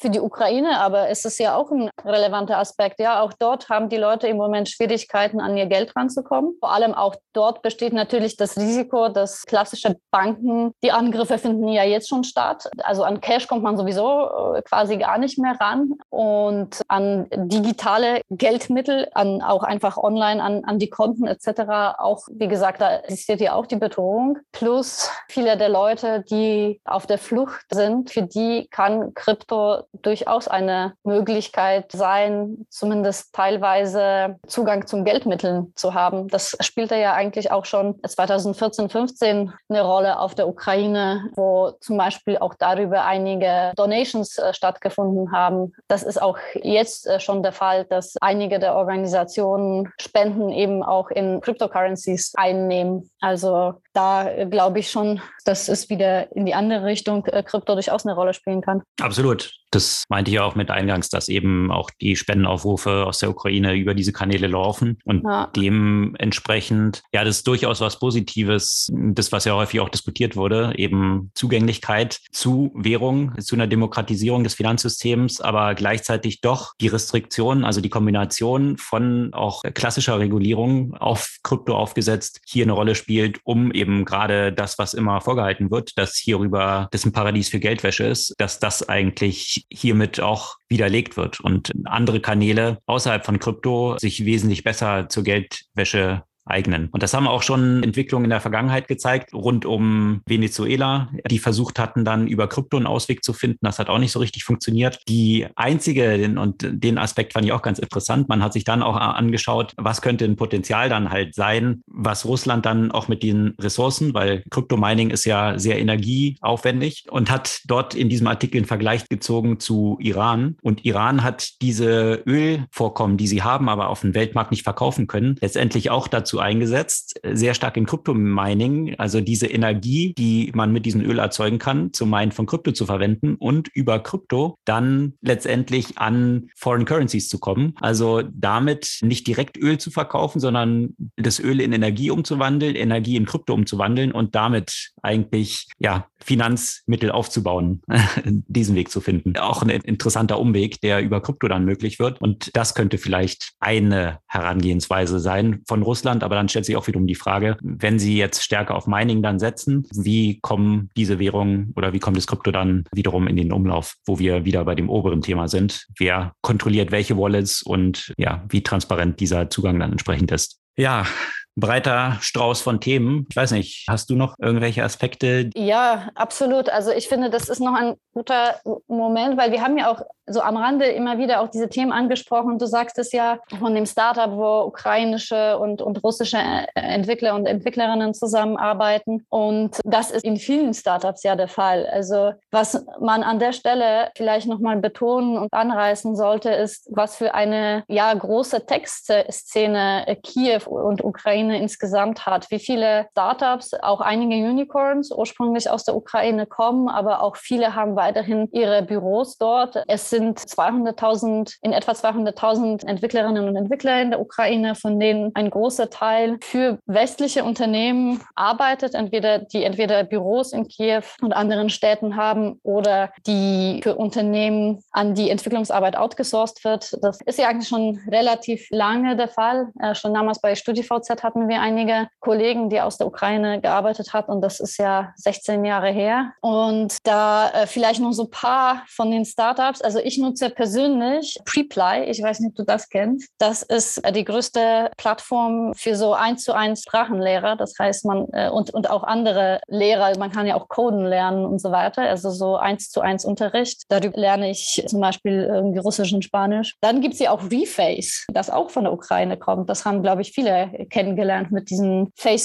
für die Ukraine, aber es ist ja auch ein relevanter Aspekt. Ja, auch dort haben die Leute im Moment Schwierigkeiten, an ihr Geld ranzukommen. Vor allem auch dort besteht natürlich das Risiko, dass klassische Banken, die Angriffe finden ja jetzt schon statt. Also an Cash kommt man sowieso quasi gar nicht mehr ran und an digitale Geldmittel, an auch einfach online, an, an die Konten et cetera. Auch, wie gesagt, da existiert ja auch die Bedrohung. Plus viele der Leute, die auf der Flucht sind, für die kann Krypto durchaus eine Möglichkeit sein, zumindest teilweise Zugang zum Geldmitteln zu haben. Das spielte ja eigentlich auch schon zweitausendvierzehn, fünfzehn eine Rolle auf der Ukraine, wo zum Beispiel auch darüber einige Donations äh, stattgefunden haben. Das ist auch jetzt äh, schon der Fall, dass einige der Organisationen Spenden eben auch in Cryptocurrencies einnehmen. Also da äh, glaube ich schon, dass es wieder in die andere Richtung äh, Krypto durchaus eine Rolle spielen kann. Absolut. Das meinte ich auch mit eingangs, dass eben auch die Spendenaufrufe aus der Ukraine über diese Kanäle laufen und ja. dementsprechend, ja, das ist durchaus was Positives, das, was ja häufig auch diskutiert wurde, eben Zugänglichkeit zu Währung, zu einer Demokratisierung des Finanzsystems, aber gleichzeitig doch die Restriktion, also die Kombination von auch klassischer Regulierung auf Krypto aufgesetzt, hier eine Rolle spielt, um eben gerade das, was immer vorgehalten wird, dass hierüber das ein Paradies für Geldwäsche ist, dass das eigentlich hiermit auch widerlegt wird und andere Kanäle außerhalb von Krypto sich wesentlich besser zur Geldwäsche eignen. Und das haben auch schon Entwicklungen in der Vergangenheit gezeigt, rund um Venezuela, die versucht hatten, dann über Krypto einen Ausweg zu finden. Das hat auch nicht so richtig funktioniert. Die einzige, und den Aspekt fand ich auch ganz interessant, man hat sich dann auch angeschaut, was könnte ein Potenzial dann halt sein, was Russland dann auch mit den Ressourcen, weil Kryptomining ist ja sehr energieaufwendig, und hat dort in diesem Artikel einen Vergleich gezogen zu Iran. Und Iran hat diese Ölvorkommen, die sie haben, aber auf dem Weltmarkt nicht verkaufen können, letztendlich auch dazu eingesetzt, sehr stark in Kryptomining, also diese Energie, die man mit diesem Öl erzeugen kann, zum Minen von Krypto zu verwenden und über Krypto dann letztendlich an Foreign Currencies zu kommen. Also damit nicht direkt Öl zu verkaufen, sondern das Öl in Energie umzuwandeln, Energie in Krypto umzuwandeln und damit eigentlich, ja, Finanzmittel aufzubauen, diesen Weg zu finden. Auch ein interessanter Umweg, der über Krypto dann möglich wird. Und das könnte vielleicht eine Herangehensweise sein von Russland. Aber dann stellt sich auch wiederum die Frage, wenn sie jetzt stärker auf Mining dann setzen, wie kommen diese Währungen oder wie kommt das Krypto dann wiederum in den Umlauf, wo wir wieder bei dem oberen Thema sind? Wer kontrolliert welche Wallets und ja, wie transparent dieser Zugang dann entsprechend ist? Ja, breiter Strauß von Themen. Ich weiß nicht, hast du noch irgendwelche Aspekte? Ja, absolut. Also ich finde, das ist noch ein guter Moment, weil wir haben ja auch so am Rande immer wieder auch diese Themen angesprochen. Du sagst es ja von dem Startup, wo ukrainische und, und russische Entwickler und Entwicklerinnen zusammenarbeiten. Und das ist in vielen Startups ja der Fall. Also was man an der Stelle vielleicht nochmal betonen und anreißen sollte, ist, was für eine ja große Tech-Szene Kiew und Ukraine insgesamt hat. Wie viele Startups, auch einige Unicorns ursprünglich aus der Ukraine kommen, aber auch viele haben weiterhin ihre Büros dort. Es sind zweihunderttausend, in etwa zweihunderttausend Entwicklerinnen und Entwickler in der Ukraine, von denen ein großer Teil für westliche Unternehmen arbeitet, entweder die entweder Büros in Kiew und anderen Städten haben oder die für Unternehmen an die Entwicklungsarbeit outgesourced wird. Das ist ja eigentlich schon relativ lange der Fall. Äh, schon damals bei StudiVZ hatten wir einige Kollegen, die aus der Ukraine gearbeitet haben, und das ist ja sechzehn Jahre her. Und da äh, vielleicht noch so ein paar von den Startups. Also ich nutze persönlich Preply. Ich weiß nicht, ob du das kennst. Das ist die größte Plattform für so eins zu eins Sprachenlehrer. Das heißt, man äh, und, und auch andere Lehrer, man kann ja auch Coden lernen und so weiter. Also so eins zu eins Unterricht. Darüber lerne ich zum Beispiel irgendwie Russisch und Spanisch. Dann gibt es ja auch Reface, das auch von der Ukraine kommt. Das haben, glaube ich, viele kennengelernt mit diesen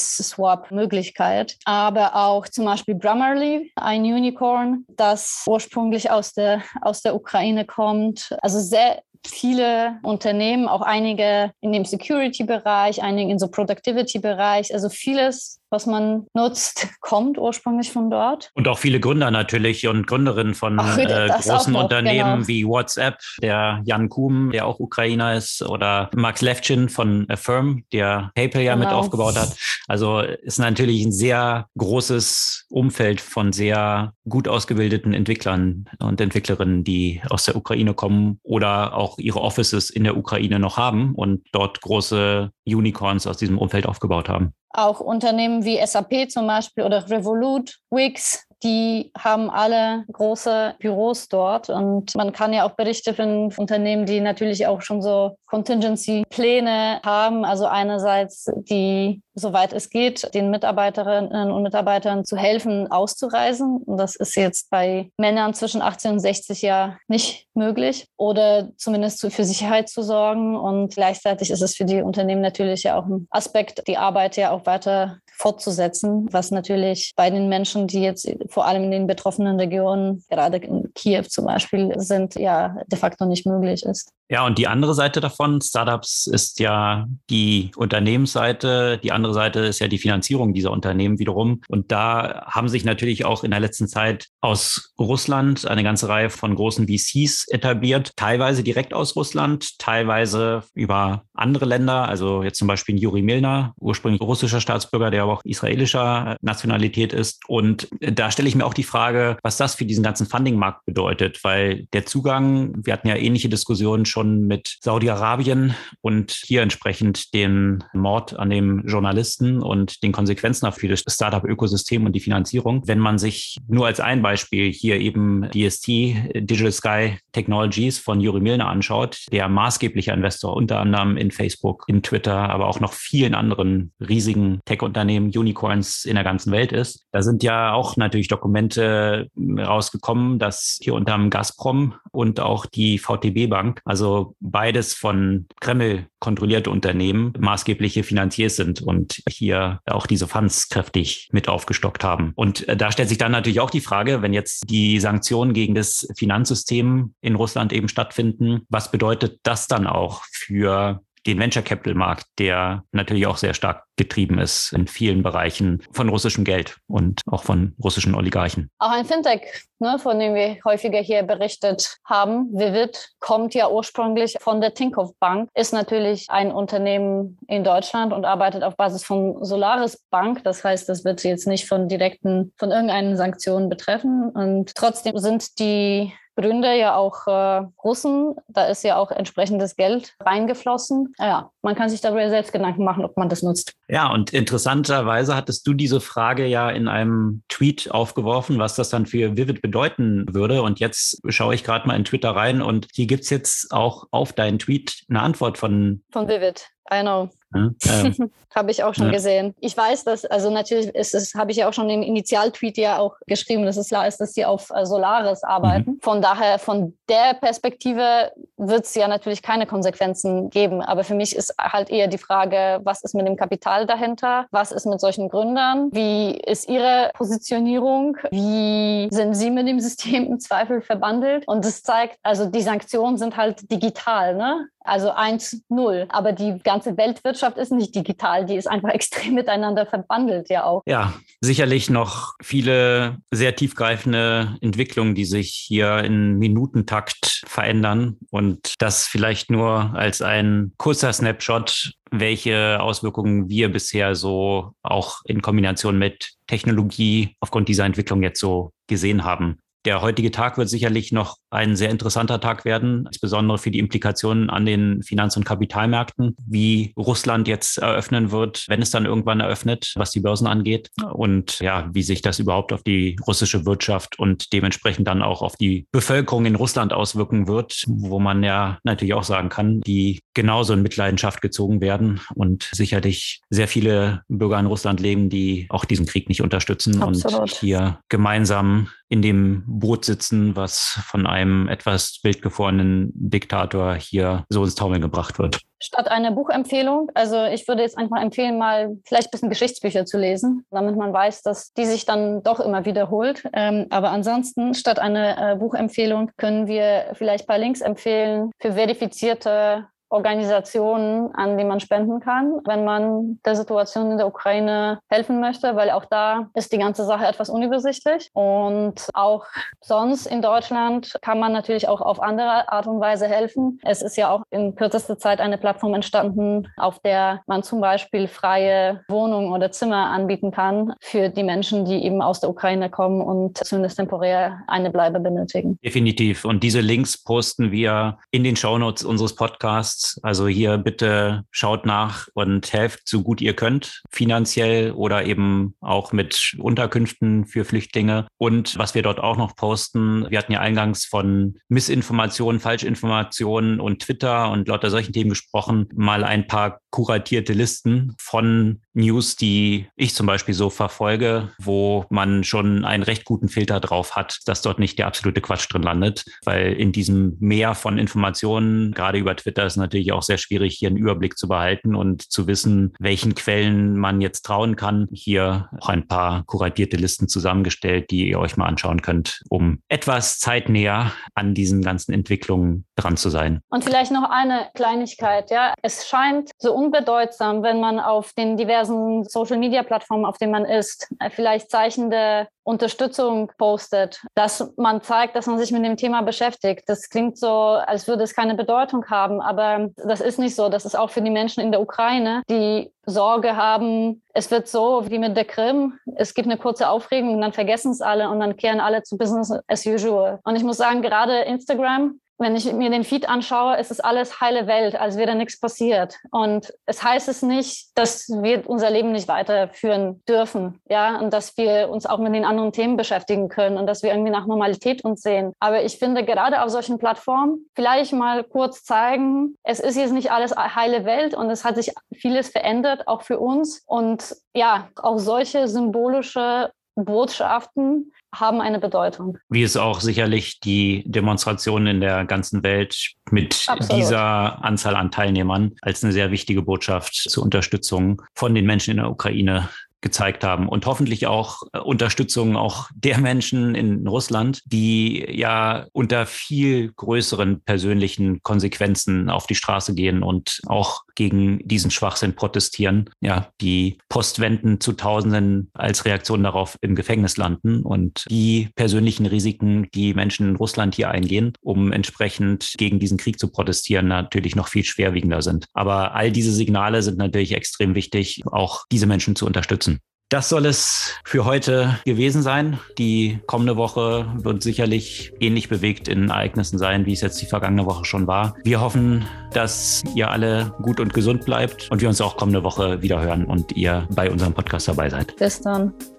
Face-Swap-Möglichkeit. Aber auch zum Beispiel Grammarly, ein Unicorn, das ursprünglich aus der, aus der Ukraine kommt. Also sehr viele Unternehmen, auch einige in dem Security-Bereich, einige in so Productivity-Bereich, also vieles was man nutzt, kommt ursprünglich von dort. Und auch viele Gründer natürlich und Gründerinnen von Ach, äh, großen noch, Unternehmen genau. wie WhatsApp, der Jan Koum, der auch Ukrainer ist, oder Max Levchin von Affirm, der PayPal ja Genau. mit aufgebaut hat. Also ist natürlich ein sehr großes Umfeld von sehr gut ausgebildeten Entwicklern und Entwicklerinnen, die aus der Ukraine kommen oder auch ihre Offices in der Ukraine noch haben und dort große Unicorns aus diesem Umfeld aufgebaut haben. Auch Unternehmen wie S A P zum Beispiel oder Revolut, Wix, die haben alle große Büros dort. Und man kann ja auch Berichte von Unternehmen, die natürlich auch schon so Contingency-Pläne haben. Also einerseits die, soweit es geht, den Mitarbeiterinnen und Mitarbeitern zu helfen, auszureisen. Und das ist jetzt bei Männern zwischen achtzehn und sechzig Jahren nicht möglich. Oder zumindest für Sicherheit zu sorgen. Und gleichzeitig ist es für die Unternehmen natürlich ja auch ein Aspekt, die Arbeit ja auch weiter fortzusetzen, was natürlich bei den Menschen, die jetzt vor allem in den betroffenen Regionen, gerade in Kiew zum Beispiel, sind, ja de facto nicht möglich ist. Ja, und die andere Seite davon, Startups, ist ja die Unternehmensseite. Die andere Seite ist ja die Finanzierung dieser Unternehmen wiederum. Und da haben sich natürlich auch in der letzten Zeit aus Russland eine ganze Reihe von großen V Cs etabliert, teilweise direkt aus Russland, teilweise über andere Länder. Also jetzt zum Beispiel Juri Milner, ursprünglich russischer Staatsbürger, der aber auch israelischer Nationalität ist. Und da stelle ich mir auch die Frage, was das für diesen ganzen Funding-Markt bedeutet, weil der Zugang, wir hatten ja ähnliche Diskussionen schon mit Saudi-Arabien und hier entsprechend den Mord an dem Journalisten und den Konsequenzen für das Startup-Ökosystem und die Finanzierung. Wenn man sich nur als ein Beispiel hier eben D S T, Digital Sky Technologies von Juri Milner anschaut, der maßgeblicher Investor unter anderem in Facebook, in Twitter, aber auch noch vielen anderen riesigen Tech-Unternehmen, Unicorns in der ganzen Welt ist. Da sind ja auch natürlich Dokumente rausgekommen, dass hier unterm Gazprom und auch die V T B-Bank, also beides von Kreml kontrollierte Unternehmen, maßgebliche Finanziers sind und hier auch diese Funds kräftig mit aufgestockt haben. Und da stellt sich dann natürlich auch die Frage, wenn jetzt die Sanktionen gegen das Finanzsystem in Russland eben stattfinden, was bedeutet das dann auch für den Venture Capital Markt, der natürlich auch sehr stark getrieben ist in vielen Bereichen von russischem Geld und auch von russischen Oligarchen. Auch ein Fintech, ne, von dem wir häufiger hier berichtet haben, Vivid, kommt ja ursprünglich von der Tinkoff Bank, ist natürlich ein Unternehmen in Deutschland und arbeitet auf Basis von Solaris Bank. Das heißt, das wird jetzt nicht von direkten, von irgendeinen Sanktionen betreffen. Und trotzdem sind die Gründer ja auch äh, Russen, da ist ja auch entsprechendes Geld reingeflossen. Ja, man kann sich darüber selbst Gedanken machen, ob man das nutzt. Ja, und interessanterweise hattest du diese Frage ja in einem Tweet aufgeworfen, was das dann für Vivid bedeuten würde. Und jetzt schaue ich gerade mal in Twitter rein und hier gibt's jetzt auch auf deinen Tweet eine Antwort von... Von Vivid, I know. Ja, äh, habe ich auch schon ja. gesehen. Ich weiß, dass, also natürlich ist es, habe ich ja auch schon im Initialtweet ja auch geschrieben, dass es klar ist, dass sie auf äh, Solaris arbeiten. Mhm. Von daher, von der Perspektive wird es ja natürlich keine Konsequenzen geben. Aber für mich ist halt eher die Frage, was ist mit dem Kapital dahinter? Was ist mit solchen Gründern? Wie ist ihre Positionierung? Wie sind sie mit dem System im Zweifel verbandelt? Und das zeigt, also die Sanktionen sind halt digital, ne? Also eins null. Aber die ganze Weltwirtschaft ist nicht digital. Die ist einfach extrem miteinander verbandelt ja auch. Ja, sicherlich noch viele sehr tiefgreifende Entwicklungen, die sich hier in Minutentakt verändern. Und das vielleicht nur als ein kurzer Snapshot, welche Auswirkungen wir bisher so auch in Kombination mit Technologie aufgrund dieser Entwicklung jetzt so gesehen haben. Der heutige Tag wird sicherlich noch ein sehr interessanter Tag werden, insbesondere für die Implikationen an den Finanz- und Kapitalmärkten, wie Russland jetzt eröffnen wird, wenn es dann irgendwann eröffnet, was die Börsen angeht und ja, wie sich das überhaupt auf die russische Wirtschaft und dementsprechend dann auch auf die Bevölkerung in Russland auswirken wird, wo man ja natürlich auch sagen kann, die genauso in Mitleidenschaft gezogen werden und sicherlich sehr viele Bürger in Russland leben, die auch diesen Krieg nicht unterstützen. Absolut. Und hier gemeinsam in dem Boot sitzen, was von einem etwas wildgefrorenen Diktator hier so ins Taumeln gebracht wird. Statt einer Buchempfehlung, also ich würde jetzt einfach empfehlen, mal vielleicht ein bisschen Geschichtsbücher zu lesen, damit man weiß, dass die sich dann doch immer wiederholt. Ähm, aber ansonsten, statt einer äh, Buchempfehlung können wir vielleicht ein paar Links empfehlen für verifizierte Organisationen, an die man spenden kann, wenn man der Situation in der Ukraine helfen möchte, weil auch da ist die ganze Sache etwas unübersichtlich. Und auch sonst in Deutschland kann man natürlich auch auf andere Art und Weise helfen. Es ist ja auch in kürzester Zeit eine Plattform entstanden, auf der man zum Beispiel freie Wohnungen oder Zimmer anbieten kann für die Menschen, die eben aus der Ukraine kommen und zumindest temporär eine Bleibe benötigen. Definitiv. Und diese Links posten wir in den Shownotes unseres Podcasts. Also hier bitte schaut nach und helft so gut ihr könnt, finanziell oder eben auch mit Unterkünften für Flüchtlinge. Und was wir dort auch noch posten, wir hatten ja eingangs von Missinformationen, Falschinformationen und Twitter und lauter solchen Themen gesprochen, mal ein paar kuratierte Listen von News, die ich zum Beispiel so verfolge, wo man schon einen recht guten Filter drauf hat, dass dort nicht der absolute Quatsch drin landet, weil in diesem Meer von Informationen, gerade über Twitter, ist natürlich auch sehr schwierig, hier einen Überblick zu behalten und zu wissen, welchen Quellen man jetzt trauen kann. Hier auch ein paar kuratierte Listen zusammengestellt, die ihr euch mal anschauen könnt, um etwas zeitnäher an diesen ganzen Entwicklungen dran zu sein. Und vielleicht noch eine Kleinigkeit, ja. Es scheint so unbedeutsam, wenn man auf den diversen Social-Media-Plattformen, auf denen man ist, vielleicht Zeichen der Unterstützung postet, dass man zeigt, dass man sich mit dem Thema beschäftigt. Das klingt so, als würde es keine Bedeutung haben, aber das ist nicht so. Das ist auch für die Menschen in der Ukraine, die Sorge haben, es wird so wie mit der Krim, es gibt eine kurze Aufregung und dann vergessen es alle und dann kehren alle zu Business as usual. Und ich muss sagen, gerade Instagram, wenn ich mir den Feed anschaue, ist es alles heile Welt, als wäre nichts passiert. Und es heißt es nicht, dass wir unser Leben nicht weiterführen dürfen, ja, und dass wir uns auch mit den anderen Themen beschäftigen können und dass wir irgendwie nach Normalität uns sehen. Aber ich finde, gerade auf solchen Plattformen vielleicht mal kurz zeigen, es ist jetzt nicht alles heile Welt und es hat sich vieles verändert, auch für uns. Und ja, auch solche symbolische Botschaften haben eine Bedeutung. Wie es auch sicherlich die Demonstrationen in der ganzen Welt mit Absolut. Dieser Anzahl an Teilnehmern als eine sehr wichtige Botschaft zur Unterstützung von den Menschen in der Ukraine gezeigt haben und hoffentlich auch Unterstützung auch der Menschen in Russland, die ja unter viel größeren persönlichen Konsequenzen auf die Straße gehen und auch gegen diesen Schwachsinn protestieren. Ja, die Postwenden zu Tausenden als Reaktion darauf im Gefängnis landen und die persönlichen Risiken, die Menschen in Russland hier eingehen, um entsprechend gegen diesen Krieg zu protestieren, natürlich noch viel schwerwiegender sind. Aber all diese Signale sind natürlich extrem wichtig, auch diese Menschen zu unterstützen. Das soll es für heute gewesen sein. Die kommende Woche wird sicherlich ähnlich bewegt in Ereignissen sein, wie es jetzt die vergangene Woche schon war. Wir hoffen, dass ihr alle gut und gesund bleibt und wir uns auch kommende Woche wieder hören und ihr bei unserem Podcast dabei seid. Bis dann.